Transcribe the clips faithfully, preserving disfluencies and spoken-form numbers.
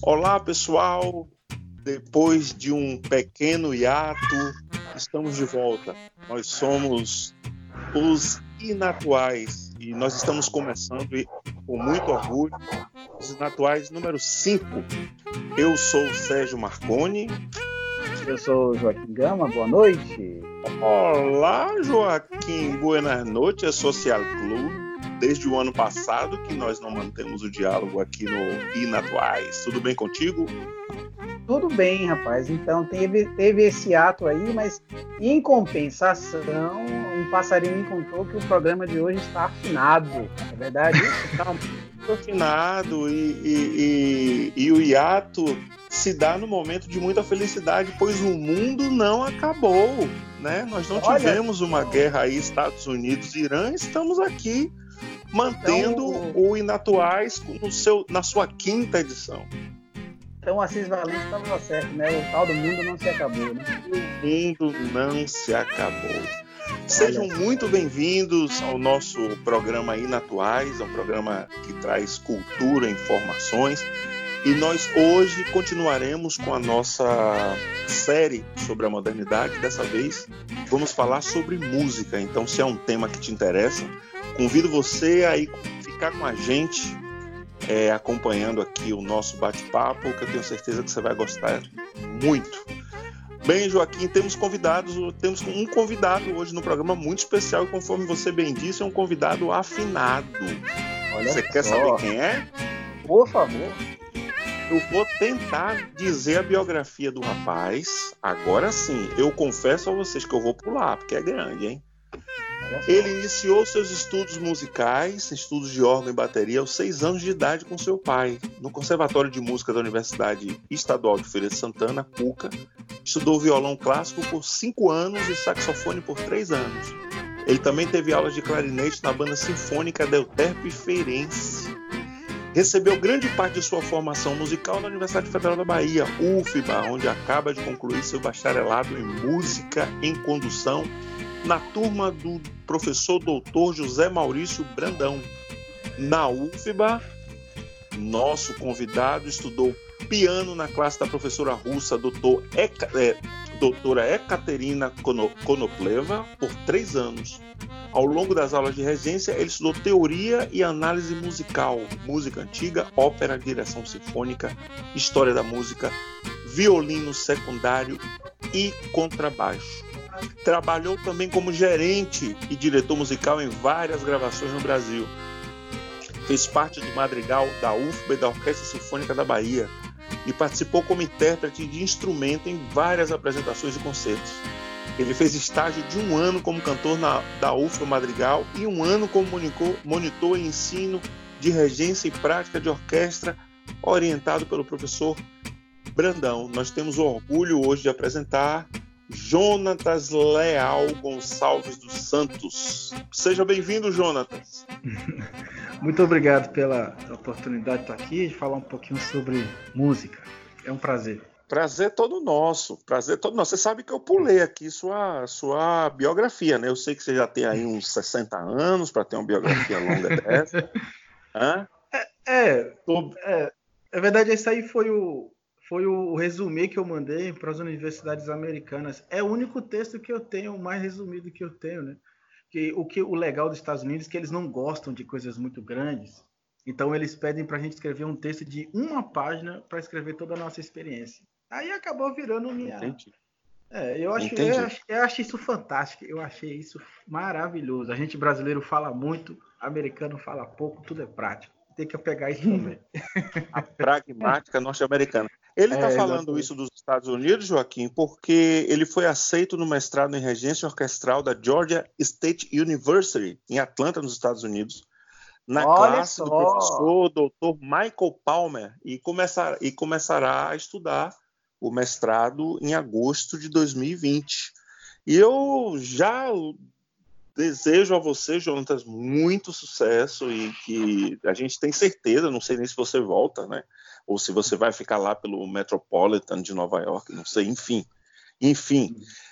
Olá, pessoal! Depois de um pequeno hiato, estamos de volta. Nós somos os Inatuais e nós estamos começando com muito orgulho os Inatuais número cinco. Eu sou o Sérgio Marconi. Eu sou o Joaquim Gama, boa noite. Olá, Joaquim, buenas noches, Social Club. Desde o ano passado que nós não mantemos o diálogo aqui no Inatuais. Tudo bem contigo? Tudo bem, rapaz. Então, teve, teve esse ato aí, mas em compensação, um passarinho me contou que o programa de hoje está afinado. É verdade isso? Está muito afinado e, e, e, e o hiato se dá no momento de muita felicidade, pois o mundo não acabou, né? Nós não Olha, tivemos uma guerra aí, Estados Unidos e Irã, estamos aqui mantendo então, o Inatuais no seu, na sua quinta edição. Então o Assis Valente estava certo, né? O tal do mundo não se acabou, né? O mundo não se acabou. Sejam Olha. muito bem-vindos ao nosso programa Inatuais, é um programa que traz cultura, informações. E nós hoje continuaremos com a nossa série sobre a modernidade. Dessa vez vamos falar sobre música. Então, se é um tema que te interessa, convido você a ir ficar com a gente, é, acompanhando aqui o nosso bate-papo, que eu tenho certeza que você vai gostar muito. Bem, Joaquim, temos convidados, temos um convidado hoje no programa muito especial, e conforme você bem disse, é um convidado afinado. Olha você só. Quer saber quem é? Por favor. Eu vou tentar dizer a biografia do rapaz. Agora sim, eu confesso a vocês que eu vou pular, porque é grande, hein? Ele iniciou seus estudos musicais, estudos de órgão e bateria, aos seis anos de idade com seu pai, no Conservatório de Música da Universidade Estadual de Feira de Santana, CUCA. Estudou violão clássico por cinco anos e saxofone por três anos. Ele também teve aulas de clarinete na Banda Sinfônica da Euterpe Feirense. Recebeu grande parte de sua formação musical na Universidade Federal da Bahia, U F B A, onde acaba de concluir seu bacharelado em Música em Condução, na turma do professor doutor José Maurício Brandão. Na U F B A, nosso convidado estudou piano na classe da professora russa doutor Eka, é, doutora Ekaterina Konopleva por três anos. Ao longo das aulas de regência, ele estudou teoria e análise musical, música antiga, ópera, direção sinfônica, história da música, violino secundário e contrabaixo. Trabalhou também como gerente e diretor musical em várias gravações no Brasil. Fez parte do madrigal da U F B A e da Orquestra Sinfônica da Bahia e participou como intérprete de instrumento em várias apresentações e concertos. Ele fez estágio de um ano como cantor na, da U F B A Madrigal e um ano como monitor, monitor em ensino de regência e prática de orquestra, orientado pelo professor Brandão. Nós temos o orgulho hoje de apresentar Jonatas Leal Gonçalves dos Santos. Seja bem-vindo, Jonatas. Muito obrigado pela oportunidade de estar aqui e falar um pouquinho sobre música. É um prazer. Prazer todo nosso, prazer todo nosso. Você sabe que eu pulei aqui sua, sua biografia, né? Eu sei que você já tem aí uns sessenta anos para ter uma biografia longa dessa. Hã? É, é, é, é verdade, esse aí foi o, foi o resumê que eu mandei para as universidades americanas. É o único texto que eu tenho, o mais resumido que eu tenho, né? Que, o, que, o legal dos Estados Unidos é que eles não gostam de coisas muito grandes. Então eles pedem para a gente escrever um texto de uma página para escrever toda a nossa experiência. Aí acabou virando minha... Entendi. É, eu, acho, eu, acho, eu acho isso fantástico, eu achei isso maravilhoso. A gente brasileiro fala muito, americano fala pouco, tudo é prático. Tem que pegar isso também. A pragmática norte-americana. Ele está é, falando exatamente. Isso dos Estados Unidos, Joaquim, porque ele foi aceito no mestrado em regência orquestral da Georgia State University, em Atlanta, nos Estados Unidos, na Olha classe só. do professor doutor Michael Palmer, e, começar, e começará a estudar o mestrado em agosto de dois mil e vinte. E eu já desejo a você, Jonatas, muito sucesso e que a gente tem certeza, não sei nem se você volta, né? Ou se você vai ficar lá pelo Metropolitan de Nova York, não sei, enfim. Enfim.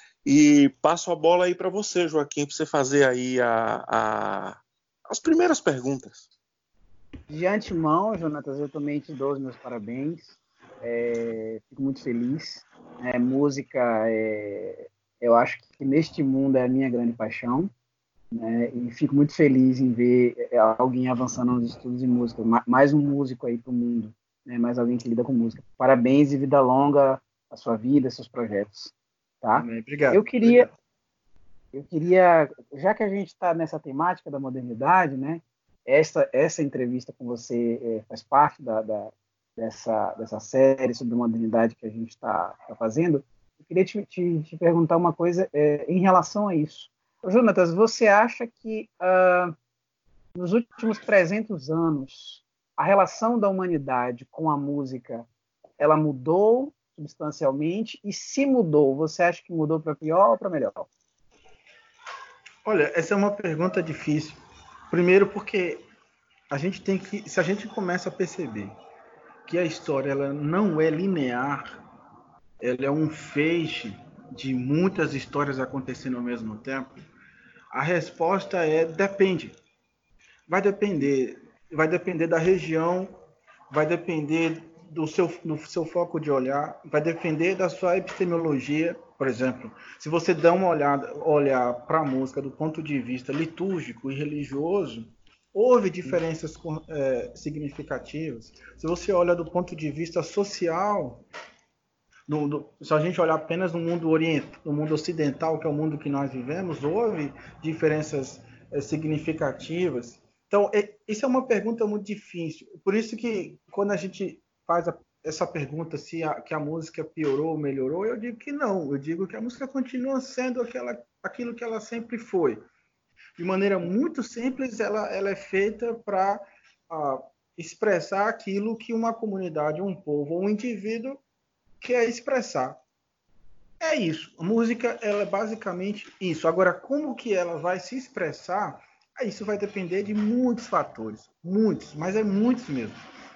E passo a bola aí para você, Joaquim, para você fazer aí a, a, as primeiras perguntas. De antemão, Jonatas, eu também te dou os meus parabéns. É, fico muito feliz. É, música, é, eu acho que neste mundo é a minha grande paixão, né? E fico muito feliz em ver é, alguém avançando nos estudos de música, mais um músico aí para o mundo, né? Mais alguém que lida com música. Parabéns e vida longa à sua vida, seus projetos, tá? Amém. Obrigado. Eu queria, eu queria, já que a gente está nessa temática da modernidade, né? Essa, essa entrevista com você é, faz parte da, da, dessa, dessa série sobre modernidade que a gente está tá fazendo. Eu queria te, te, te perguntar uma coisa é, em relação a isso. Jonatas, você acha que uh, nos últimos trezentos anos a relação da humanidade com a música ela mudou substancialmente? E se mudou, você acha que mudou para pior ou para melhor? Olha, essa é uma pergunta difícil. Primeiro porque a gente tem que, se a gente começa a perceber que a história ela não é linear, ela é um feixe de muitas histórias acontecendo ao mesmo tempo, a resposta é depende. Vai depender, vai depender da região, vai depender do seu, do seu foco de olhar, vai depender da sua epistemologia. Por exemplo, se você dá uma olhada, olhar para a música do ponto de vista litúrgico e religioso, houve diferenças é, significativas. Se você olha do ponto de vista social, no, do, se a gente olhar apenas no mundo oriental, no mundo ocidental, que é o mundo que nós vivemos, houve diferenças é, significativas. Então, é, isso é uma pergunta muito difícil. Por isso que, quando a gente faz a, essa pergunta se a, que a música piorou ou melhorou, eu digo que não. Eu digo que a música continua sendo aquela, aquilo que ela sempre foi. De maneira muito simples, ela, ela é feita para uh, expressar aquilo que uma comunidade, um povo ou um indivíduo quer expressar. É isso. A música ela é basicamente isso. Agora, como que ela vai se expressar, isso vai depender de muitos fatores. Muitos, mas é muitos mesmo.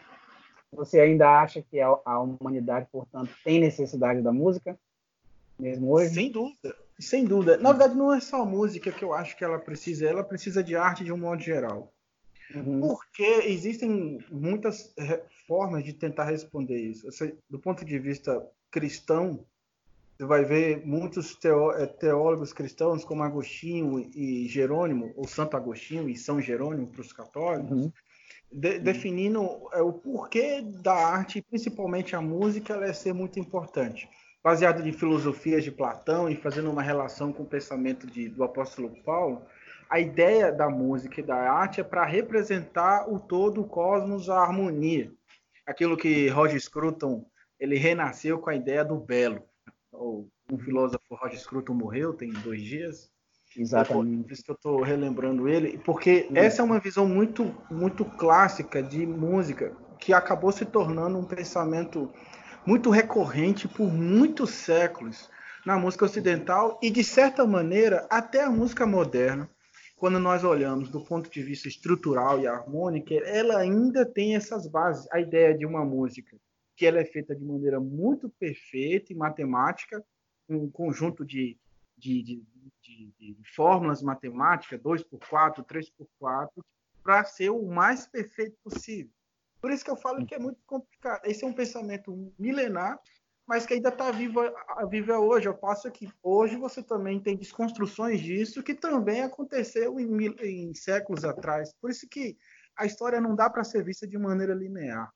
Você ainda acha que a, a humanidade, portanto, tem necessidade da música? Mesmo hoje? Sem dúvida. Sem dúvida. Na verdade, não é só a música que eu acho que ela precisa, ela precisa de arte de um modo geral. Uhum. Porque existem muitas formas de tentar responder isso. Do ponto de vista cristão, você vai ver muitos teólogos cristãos, como Agostinho e Jerônimo, ou Santo Agostinho e São Jerônimo para os católicos, uhum. de, uhum. definindo o porquê da arte, principalmente a música, ela é ser muito importante. Baseado em filosofias de Platão e fazendo uma relação com o pensamento de, do apóstolo Paulo, a ideia da música e da arte é para representar o todo, o cosmos, a harmonia. Aquilo que Roger Scruton, ele renasceu com a ideia do belo. O, um filósofo, Roger Scruton, morreu tem dois dias. Exatamente. Por isso que eu estou relembrando ele, porque Sim. essa é uma visão muito, muito clássica de música, que acabou se tornando um pensamento muito recorrente por muitos séculos na música ocidental e, de certa maneira, até a música moderna. Quando nós olhamos do ponto de vista estrutural e harmônico, ela ainda tem essas bases. A ideia de uma música que ela é feita de maneira muito perfeita e matemática, um conjunto de, de, de, de, de fórmulas matemáticas, dois por quatro, três por quatro, para ser o mais perfeito possível. Por isso que eu falo que é muito complicado. Esse é um pensamento milenar, mas que ainda está vivo, vivo hoje. Eu passo que hoje você também tem desconstruções disso que também aconteceu em, em séculos atrás. Por isso que a história não dá para ser vista de maneira linear.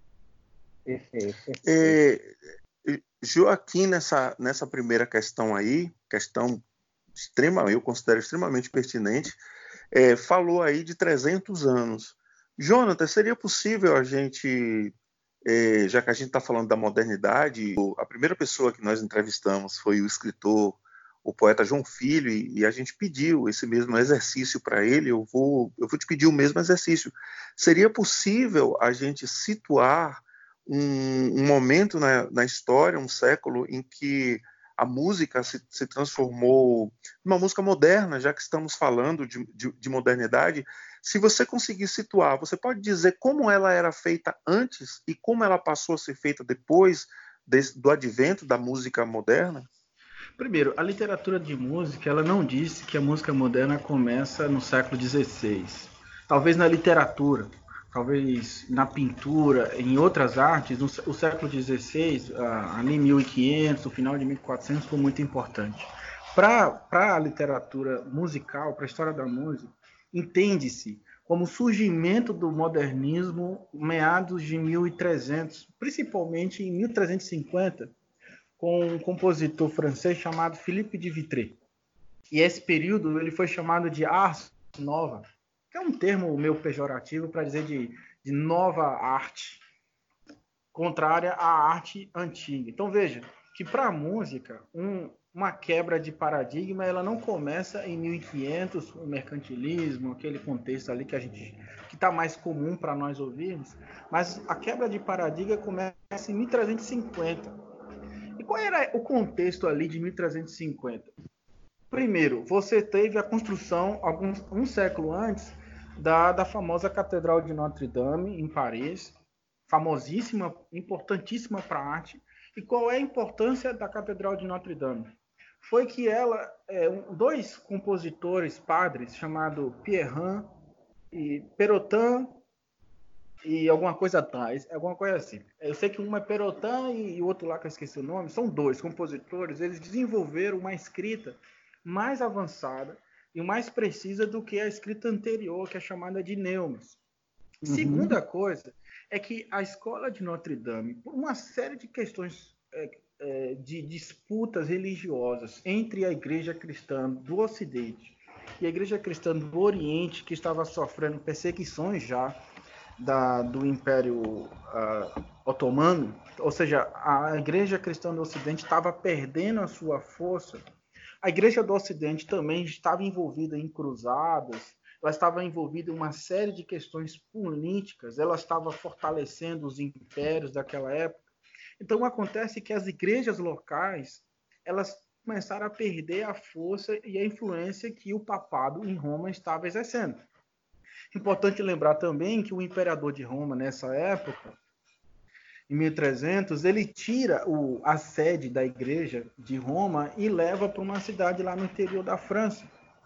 Perfeito. É, Joaquim, nessa, nessa primeira questão aí, questão extrema, eu considero extremamente pertinente, é, falou aí de trezentos anos. Jonathan, seria possível a gente, é, já que a gente está falando da modernidade, a primeira pessoa que nós entrevistamos foi o escritor, o poeta João Filho, e, e a gente pediu esse mesmo exercício para ele. Eu vou, eu vou te pedir o mesmo exercício. Seria possível a gente situar um, um momento na, na história, um século, em que a música se, se transformou numa música moderna, já que estamos falando de, de, de modernidade? Se você conseguir situar, você pode dizer como ela era feita antes e como ela passou a ser feita depois desse, do advento da música moderna? Primeiro, a literatura de música, ela não disse que a música moderna começa no século dezesseis. Talvez na literatura, talvez na pintura, em outras artes, no o século dezesseis, ali mil e quinhentos, o final de mil e quatrocentos, foi muito importante. Para a literatura musical, para a história da música, entende-se como o surgimento do modernismo meados de mil e trezentos, principalmente em mil trezentos e cinquenta, com um compositor francês chamado Philippe de Vitry. E esse período ele foi chamado de Ars Nova, que é um termo meio pejorativo para dizer de, de nova arte, contrária à arte antiga. Então veja que para a música, um, uma quebra de paradigma ela não começa em mil e quinhentos, o mercantilismo, aquele contexto ali que a gente que está mais comum para nós ouvirmos, mas a quebra de paradigma começa em mil trezentos e cinquenta. E qual era o contexto ali de mil trezentos e cinquenta? Primeiro, você teve a construção, alguns, um século antes, da, da famosa Catedral de Notre-Dame, em Paris, famosíssima, importantíssima para a arte. E qual é a importância da Catedral de Notre-Dame? Foi que ela, é, dois compositores padres, chamados Pierrin e Perotin, e alguma coisa atrás, alguma coisa assim. Eu sei que um é Perotin e o outro lá que eu esqueci o nome, são dois compositores, eles desenvolveram uma escrita mais avançada e mais precisa do que a escrita anterior, que é chamada de Neumes. Uhum. Segunda coisa é que a escola de Notre-Dame, por uma série de questões é, é, de disputas religiosas entre a igreja cristã do Ocidente e a igreja cristã do Oriente, que estava sofrendo perseguições já da, do Império uh, Otomano, ou seja, a igreja cristã do Ocidente estava perdendo a sua força. A igreja do Ocidente também estava envolvida em cruzadas, ela estava envolvida em uma série de questões políticas, ela estava fortalecendo os impérios daquela época. Então acontece que as igrejas locais, elas começaram a perder a força e a influência que o papado em Roma estava exercendo. Importante lembrar também que o imperador de Roma, nessa época, em mil e trezentos, ele tira o, a sede da igreja de Roma e leva para uma cidade lá no interior da França.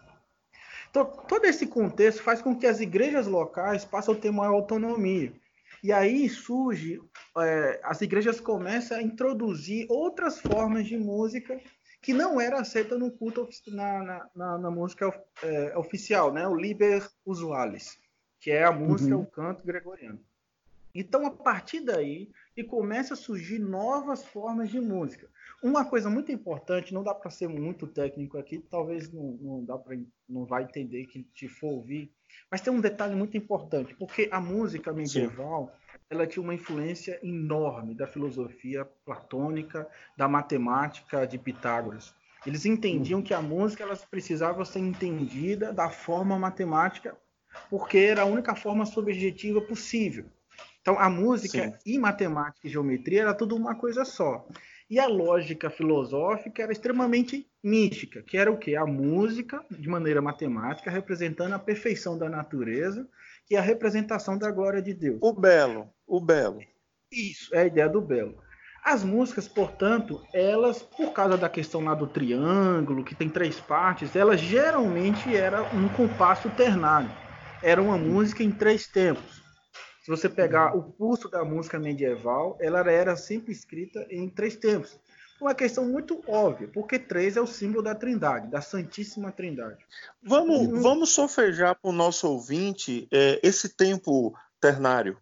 Então, todo esse contexto faz com que as igrejas locais passem a ter maior autonomia. E aí surge, é, as igrejas começam a introduzir outras formas de música que não era aceita no culto, na, na, na, na música é, oficial, né? O liber usualis, que é a música, uhum. o canto gregoriano. Então, a partir daí, e começa a surgir novas formas de música. Uma coisa muito importante, não dá para ser muito técnico aqui, talvez não, não, dá pra, não vai entender quem te for ouvir, mas tem um detalhe muito importante, porque a música medieval, Sim. ela tinha uma influência enorme da filosofia platônica, da matemática de Pitágoras. Eles entendiam que a música ela precisava ser entendida da forma matemática, porque era a única forma subjetiva possível. Então, a música Sim. e matemática e geometria era tudo uma coisa só. E a lógica filosófica era extremamente mística, que era o quê? A música, de maneira matemática, representando a perfeição da natureza e a representação da glória de Deus. O belo, o belo. Isso, é a ideia do belo. As músicas, portanto, elas, por causa da questão lá do triângulo, que tem três partes, elas geralmente eram um compasso ternário. Era uma música em três tempos. Se você pegar o curso da música medieval, ela era sempre escrita em três tempos. Uma questão muito óbvia, porque três é o símbolo da Trindade, da Santíssima Trindade. Vamos, um, vamos sofrejar para o nosso ouvinte é, esse tempo ternário.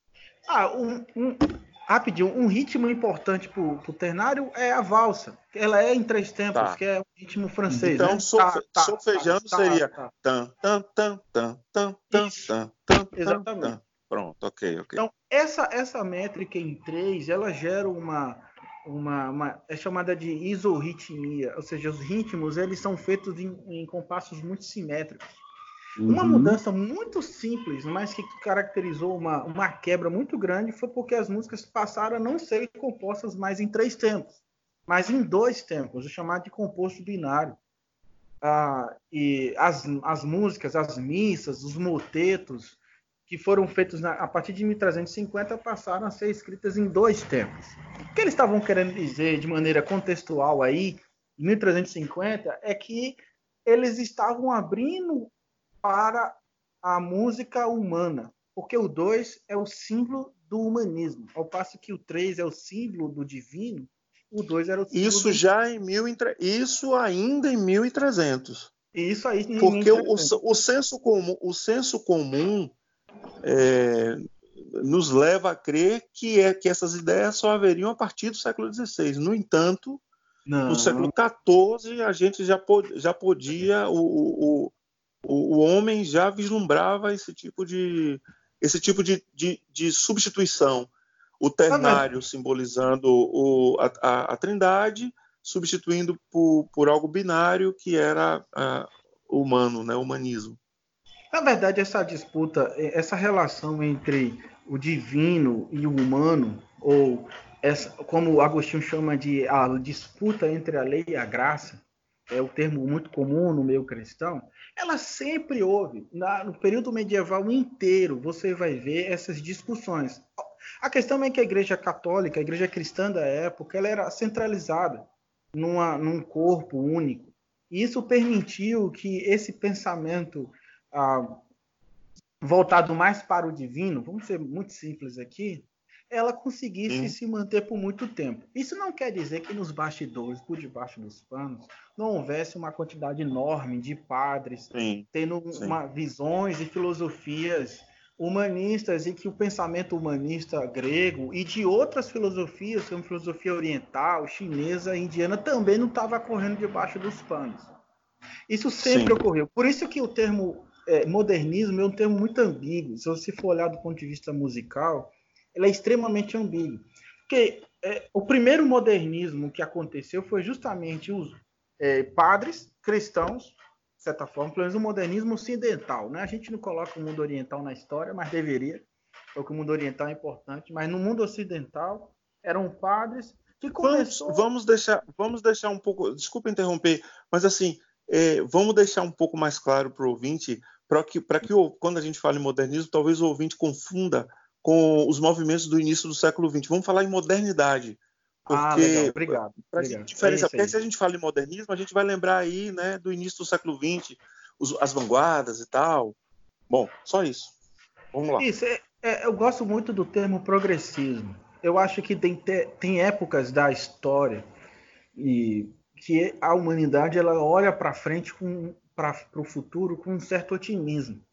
Ah, um, um, rapidinho, um ritmo importante para o ternário é a valsa. Ela é em três tempos, tá. que é um ritmo francês. Então, né? sofe, tá, sofejando tá, seria tá, tá. tan, tan, tan, tan, tan, tan, tan, tan, Exatamente. Tan. Pronto, ok, ok. Então, essa, essa métrica em três, ela gera uma, uma, uma... é chamada de isorritmia, ou seja, os ritmos, eles são feitos em, em compassos muito simétricos. Uhum. Uma mudança muito simples, mas que caracterizou uma, uma quebra muito grande, foi porque as músicas passaram a não serem compostas mais em três tempos, mas em dois tempos, o chamado de composto binário. Ah, e as, as músicas, as missas, os motetos, que foram feitos na, a partir de mil trezentos e cinquenta, passaram a ser escritas em dois tempos. O que eles estavam querendo dizer de maneira contextual aí, em mil trezentos e cinquenta, é que eles estavam abrindo para a música humana. porque o dois é o símbolo do humanismo, ao passo que o três é o símbolo do divino, o dois era o símbolo Isso do... já em mil e tre... isso ainda em mil e trezentos. E isso aí em Porque o, o, mil e trezentos. o senso comum, o senso comum é, nos leva a crer que, é, que essas ideias só haveriam a partir do século dezesseis. No entanto, Não. no século quatorze, a gente já, pod, já podia, o, o, o, o homem já vislumbrava esse tipo de, esse tipo de, de, de substituição. O ternário ah, simbolizando o, a, a, a trindade, substituindo por, por algo binário que era uh, humano, né? Humanismo. Na verdade, essa disputa, essa relação entre o divino e o humano, ou essa, como Agostinho chama de a disputa entre a lei e a graça, é o termo muito comum no meio cristão, ela sempre houve. Na, no período medieval inteiro, você vai ver essas discussões. A questão é que a Igreja Católica, a Igreja Cristã da época, ela era centralizada numa, num corpo único. E isso permitiu que esse pensamento ah, voltado mais para o divino, vamos ser muito simples aqui, ela conseguisse Sim. se manter por muito tempo. Isso não quer dizer que nos bastidores, por debaixo dos panos, não houvesse uma quantidade enorme de padres Sim. tendo Sim. Uma, visões e filosofias humanistas, e que o pensamento humanista grego e de outras filosofias, como filosofia oriental, chinesa, indiana, também não estava correndo debaixo dos panos. Isso sempre Sim. ocorreu. Por isso que o termo é, modernismo é um termo muito ambíguo. Se você for olhar do ponto de vista musical, ele é extremamente ambíguo. Porque é, o primeiro modernismo que aconteceu foi justamente os é, padres cristãos, de certa forma, pelo menos o modernismo ocidental, né? A gente não coloca o mundo oriental na história, mas deveria, porque o mundo oriental é importante, mas no mundo ocidental eram padres que começou... Vamos, vamos, deixar, vamos deixar um pouco... Desculpa interromper, mas assim, é, vamos deixar um pouco mais claro para o ouvinte, para que, para que quando a gente fala em modernismo, talvez o ouvinte confunda com os movimentos do início do século vinte. Vamos falar em modernidade. Porque, ah, legal. Obrigado. Para gente diferenciar, é porque se a gente fala em modernismo, a gente vai lembrar aí, né, do início do século vinte, os, as vanguardas e tal. Bom, só isso. Vamos lá. Isso, é, é, eu gosto muito do termo progressismo. Eu acho que tem, tem épocas da história e que a humanidade ela olha para frente, para o futuro, com um certo otimismo.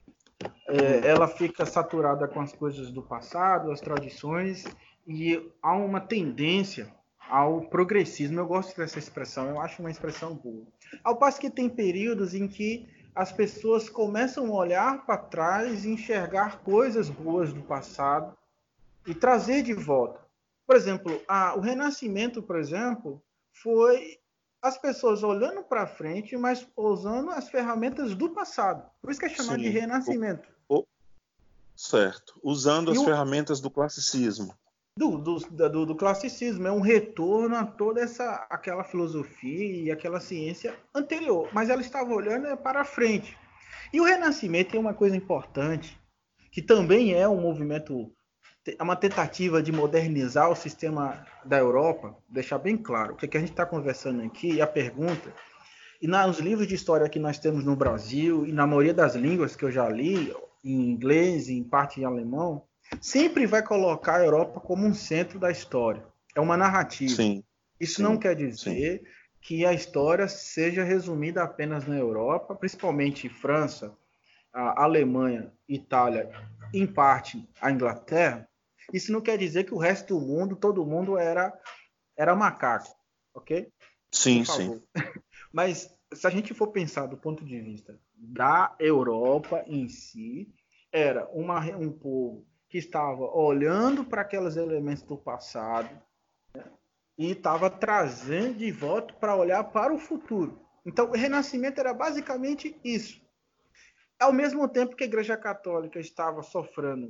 É, ela fica saturada com as coisas do passado, as tradições, e há uma tendência ao progressismo. Eu gosto dessa expressão, eu acho uma expressão boa. Ao passo que tem períodos em que as pessoas começam a olhar para trás e enxergar coisas boas do passado e trazer de volta. Por exemplo, a, o Renascimento, por exemplo, foi as pessoas olhando para frente, mas usando as ferramentas do passado. Por isso que é chamado Sim. de Renascimento. O, o, certo. Usando e as o, ferramentas do classicismo. Do, do, do, do classicismo. É um retorno a toda essa, aquela filosofia e aquela ciência anterior. Mas ela estava olhando para frente. E o Renascimento tem uma coisa importante, que também é um movimento... É uma tentativa de modernizar o sistema da Europa, deixar bem claro o que, é que a gente está conversando aqui, e a pergunta, e nos livros de história que nós temos no Brasil, e na maioria das línguas que eu já li, em inglês, em parte em alemão, sempre vai colocar a Europa como um centro da história. É uma narrativa. Sim, Isso sim, não quer dizer sim. que a história seja resumida apenas na Europa, principalmente França, a Alemanha, Itália, em parte a Inglaterra. Isso não quer dizer que o resto do mundo, todo mundo era, era macaco, ok? Sim, sim. Mas se a gente for pensar do ponto de vista da Europa em si, era uma, um povo que estava olhando para aqueles elementos do passado, né, e estava trazendo de volta para olhar para o futuro. Então, o Renascimento era basicamente isso. Ao mesmo tempo que a Igreja Católica estava sofrendo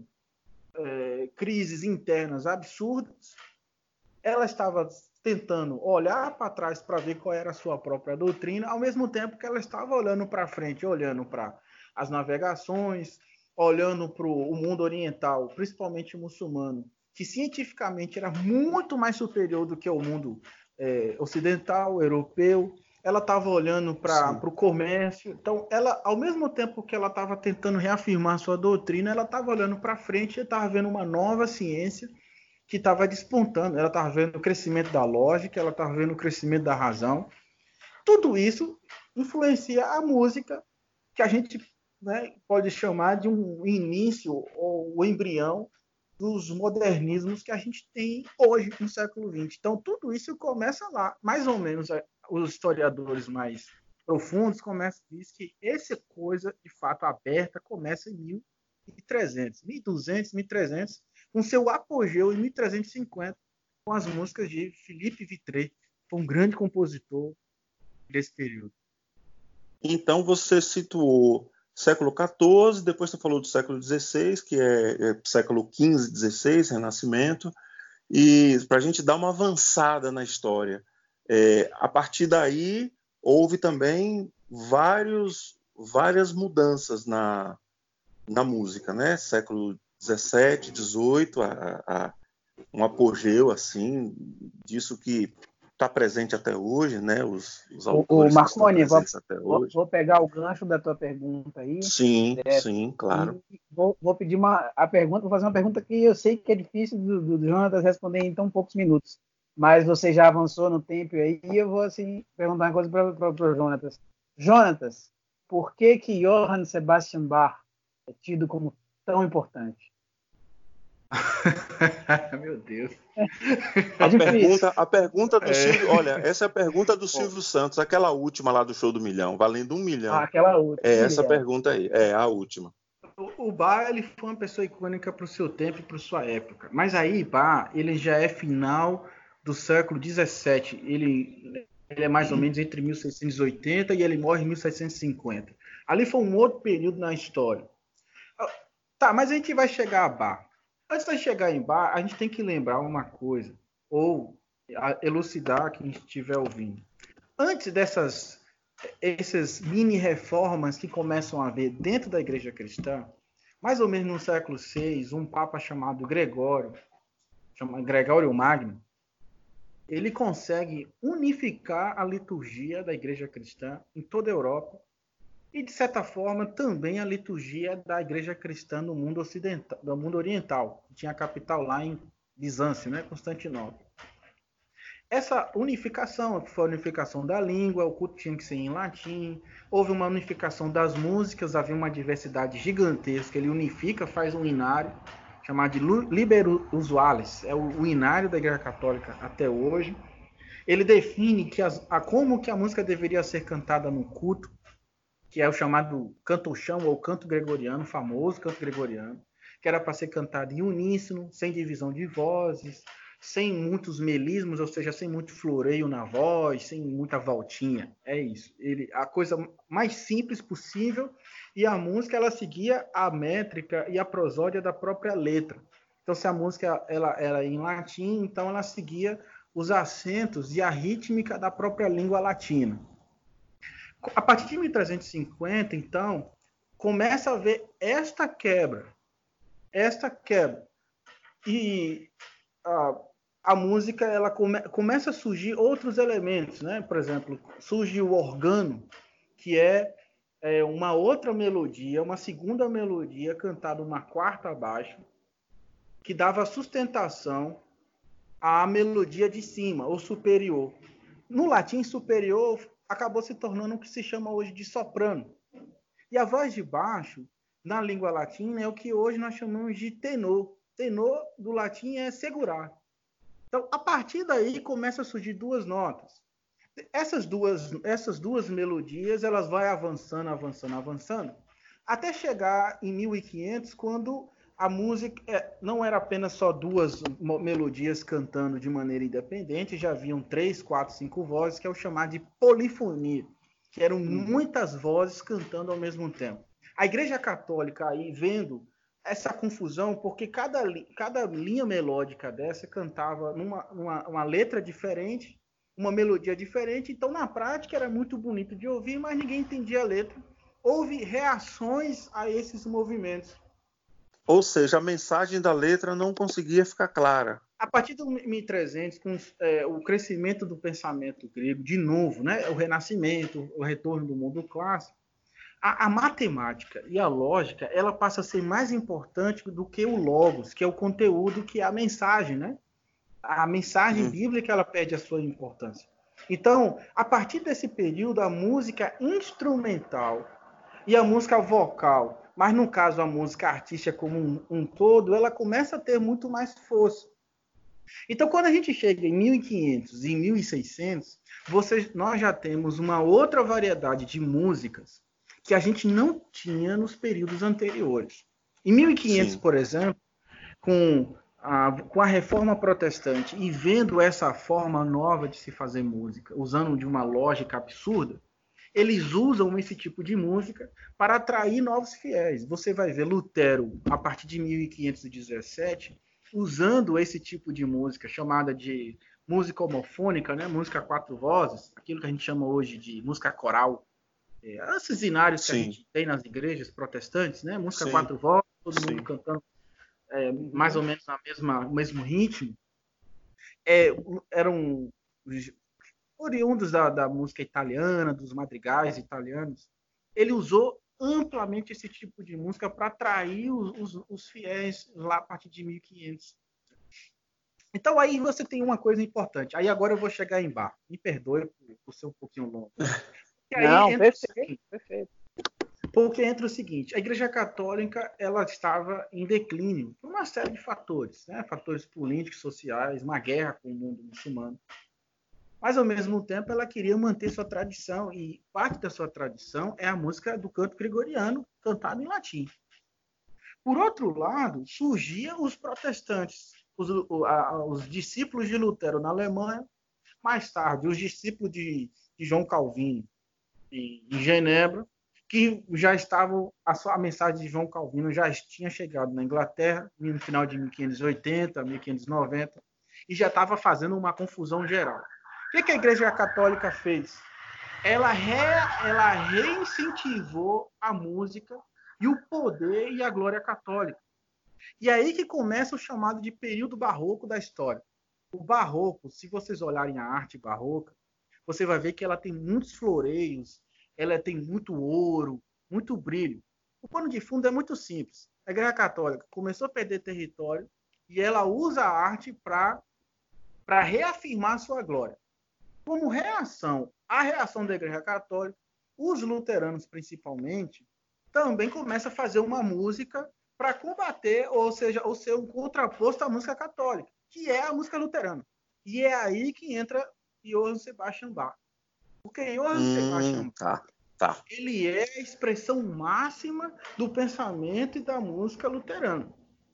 É, crises internas absurdas, ela estava tentando olhar para trás para ver qual era a sua própria doutrina, ao mesmo tempo que ela estava olhando para frente, olhando para as navegações, olhando para o mundo oriental, principalmente o muçulmano, que cientificamente era muito mais superior do que o mundo é, ocidental, europeu. ela estava olhando para o comércio. Então, ela, ao mesmo tempo que ela estava tentando reafirmar sua doutrina, ela estava olhando para frente e estava vendo uma nova ciência que estava despontando. Ela estava vendo o crescimento da lógica, ela estava vendo o crescimento da razão. Tudo isso influencia a música, que a gente, né, pode chamar de um início ou o embrião dos modernismos que a gente tem hoje no século vinte. Então, tudo isso começa lá, mais ou menos. Os historiadores mais profundos começam a dizer que essa coisa, de fato, aberta, começa em mil e trezentos, mil e duzentos, mil e trezentos, com seu apogeu em mil trezentos e cinquenta, com as músicas de Philippe Vitré, que foi um grande compositor desse período. Então, você situou século quatorze, depois você falou do século dezesseis, que é, é século quinze, dezesseis, Renascimento, e para a gente dar uma avançada na história, é, a partir daí houve também vários, várias mudanças na, na música, né? Século dezessete, dezoito, a, a, um apogeu assim disso que está presente até hoje, né? Os, os autores o, o Marconi, que estão presentes até vou, hoje. Vou pegar o gancho da tua pergunta aí. Sim, é, sim, claro. Vou, vou pedir uma a pergunta, vou fazer uma pergunta que eu sei que é difícil do, do, do Jonatas responder em tão poucos minutos, mas você já avançou no tempo aí e eu vou assim perguntar uma coisa para o Jonatas. Jonatas, por que que Johann Sebastian Bach é tido como tão importante? Meu Deus. A pergunta, a pergunta do é. Silvio, olha, essa é a pergunta do Silvio Santos, aquela última lá do Show do Milhão, valendo um milhão. Ah, aquela última. É essa milhão. Pergunta aí, é a última. O, o Bach, ele foi uma pessoa icônica para o seu tempo e para sua época. Mas aí, Bach, ele já é final do século dezessete. Ele, ele é mais ou menos entre mil seiscentos e oitenta e ele morre em mil seiscentos e cinquenta. Ali foi um outro período na história. Tá, mas a gente vai chegar a Bach. Antes de chegar em Bach, a gente tem que lembrar uma coisa, ou elucidar quem estiver ouvindo. Antes dessas essas mini-reformas que começam a haver dentro da igreja cristã, mais ou menos no século seis, um papa chamado Gregório, chama Gregório Magno, ele consegue unificar a liturgia da igreja cristã em toda a Europa e, de certa forma, também a liturgia da igreja cristã no mundo ocidental, do mundo oriental, que tinha a capital lá em Bizâncio, né, Constantinopla. Essa unificação, que foi a unificação da língua, o culto tinha que ser em latim, houve uma unificação das músicas, havia uma diversidade gigantesca, ele unifica, faz um inário, chamado de Liber Usualis, é o, o inário da igreja católica até hoje. Ele define que as, a, como que a música deveria ser cantada no culto, que é o chamado canto-chão ou canto gregoriano, famoso canto gregoriano, que era para ser cantado em uníssono, sem divisão de vozes, sem muitos melismos, ou seja, sem muito floreio na voz, sem muita voltinha. É isso. Ele, a coisa mais simples possível, e a música ela seguia a métrica e a prosódia da própria letra. Então, se a música ela era em latim, então ela seguia os acentos e a rítmica da própria língua latina. A partir de mil trezentos e cinquenta, então, começa a haver esta quebra. Esta quebra. E a, a música ela come, começa a surgir outros elementos, né? Por exemplo, surge o organo, que é, é uma outra melodia, uma segunda melodia cantada uma quarta abaixo, que dava sustentação à melodia de cima, ou superior. No latim, superior acabou se tornando o que se chama hoje de soprano. E a voz de baixo, na língua latina, é o que hoje nós chamamos de tenor. Tenor, do latim, é segurar. Então, a partir daí, começa a surgir duas notas. Essas duas, essas duas melodias, elas vão avançando, avançando, avançando, até chegar em mil e quinhentos, quando a música é, não era apenas só duas melodias cantando de maneira independente, já haviam três, quatro, cinco vozes, que é o chamado de polifonia, que eram muitas vozes cantando ao mesmo tempo. A Igreja Católica aí vendo essa confusão, porque cada, cada linha melódica dessa cantava numa, numa uma letra diferente, uma melodia diferente, então na prática era muito bonito de ouvir, mas ninguém entendia a letra. Houve reações a esses movimentos. Ou seja, a mensagem da letra não conseguia ficar clara. A partir do mil e trezentos, com é, o crescimento do pensamento grego, de novo, né, o renascimento, o retorno do mundo clássico, a, a matemática e a lógica, ela passa a ser mais importante do que o logos, que é o conteúdo, que é a mensagem, né? A mensagem Hum. bíblica, ela perde a sua importância. Então, a partir desse período, a música instrumental e a música vocal, mas no caso a música artística como um, um todo, ela começa a ter muito mais força. Então, quando a gente chega em mil e quinhentos e mil e seiscentos, você, nós já temos uma outra variedade de músicas que a gente não tinha nos períodos anteriores. Em mil e quinhentos, Sim. por exemplo, com a, com a reforma protestante e vendo essa forma nova de se fazer música, usando de uma lógica absurda, eles usam esse tipo de música para atrair novos fiéis. Você vai ver Lutero, a partir de mil quinhentos e dezessete, usando esse tipo de música chamada de música homofônica, né? Música a quatro vozes, aquilo que a gente chama hoje de música coral. É, esses inários que Sim. a gente tem nas igrejas protestantes, né? Música a Sim. quatro vozes, todo Sim. mundo cantando é, mais ou menos na mesma, no mesmo ritmo. É, eram oriundos da, da música italiana, dos madrigais italianos. Ele usou amplamente esse tipo de música para atrair os, os, os fiéis lá a partir de mil e quinhentos. Então aí você tem uma coisa importante. Aí agora eu vou chegar em Bach. Me perdoe por, por ser um pouquinho longo. E aí Não, entra o perfeito, seguinte, perfeito. porque entra o seguinte, a Igreja Católica ela estava em declínio por uma série de fatores, né? Fatores políticos, sociais, uma guerra com o mundo muçulmano. Mas, ao mesmo tempo, ela queria manter sua tradição, e parte da sua tradição é a música do canto gregoriano, cantado em latim. Por outro lado, surgiam os protestantes, os, os discípulos de Lutero na Alemanha, mais tarde, os discípulos de, de João Calvino em, em Genebra, que já estavam, a, sua, a mensagem de João Calvino já tinha chegado na Inglaterra, no final de mil quinhentos e oitenta, mil quinhentos e noventa, e já estava fazendo uma confusão geral. O que, que a Igreja Católica fez? Ela, re, ela reincentivou a música e o poder e a glória católica. E aí que começa o chamado de período barroco da história. O barroco, se vocês olharem a arte barroca, você vai ver que ela tem muitos floreios, ela tem muito ouro, muito brilho. O pano de fundo é muito simples. A Igreja Católica começou a perder território e ela usa a arte para reafirmar sua glória. Como reação à reação da Igreja Católica, os luteranos, principalmente, também começam a fazer uma música para combater, ou seja, ou ser um contraposto à música católica, que é a música luterana. E é aí que entra Johann Sebastian Bach. Porque Johann Hum, Sebastian tá, tá. ele é a expressão máxima do pensamento e da música luterana,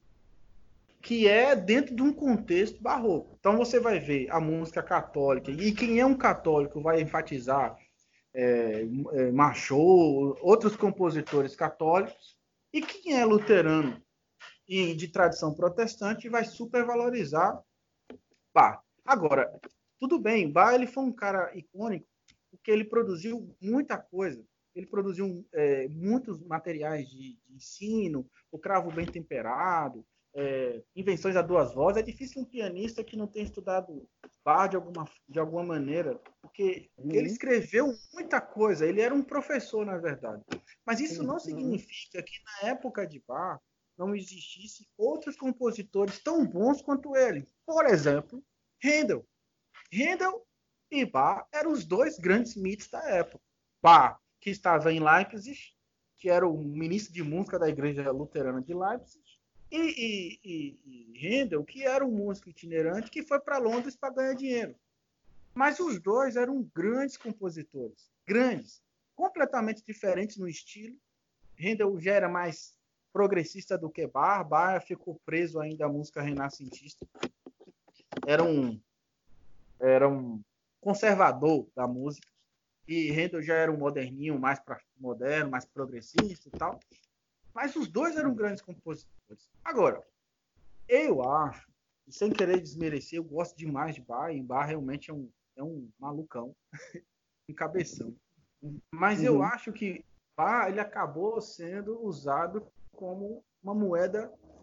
que é dentro de um contexto barroco. Então você vai ver a música católica, e quem é um católico vai enfatizar é, é, Machot, outros compositores católicos, e quem é luterano e de tradição protestante vai supervalorizar Bach. Agora, tudo bem, Bach ele foi um cara icônico, porque ele produziu muita coisa. Ele produziu é, muitos materiais de, de ensino, o cravo bem temperado, é, invenções a duas vozes. É difícil um pianista que não tenha estudado Bach de alguma, de alguma maneira, porque uhum. ele escreveu muita coisa. Ele era um professor, na verdade. Mas isso não significa que na época de Bach não existisse outros compositores tão bons quanto ele. Por exemplo, Handel. Handel e Bach eram os dois grandes mitos da época. Bach, que estava em Leipzig, que era o ministro de música da igreja luterana de Leipzig, e, e, e, e Handel, que era um músico itinerante que foi para Londres para ganhar dinheiro. Mas os dois eram grandes compositores, grandes, completamente diferentes no estilo. Handel já era mais progressista do que Bach. Bach ficou preso ainda à música renascentista. Era um, era um conservador da música. E Handel já era um moderninho, mais pra, moderno, mais progressista e tal. Mas os dois eram grandes compositores. Agora, eu acho, sem querer desmerecer, eu gosto demais de Bach, e Bach realmente é um, é um malucão, um cabeção. Mas uhum. eu acho que Bach ele acabou sendo usado como uma moeda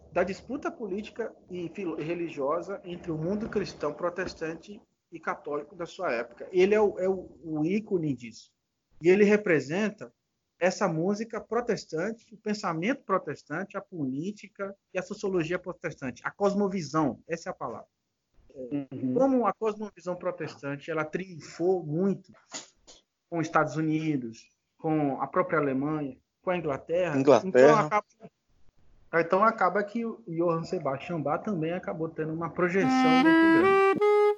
da disputa política e religiosa entre o mundo cristão, protestante e católico da sua época. Ele é o, é o, o ícone disso. E ele representa essa música protestante, o pensamento protestante, a política e a sociologia protestante, a cosmovisão, essa é a palavra. Uhum. Como a cosmovisão protestante ela triunfou muito com os Estados Unidos, com a própria Alemanha, com a Inglaterra, Inglaterra. Então, acaba, então acaba que o Johann Sebastian Bach também acabou tendo uma projeção muito grande.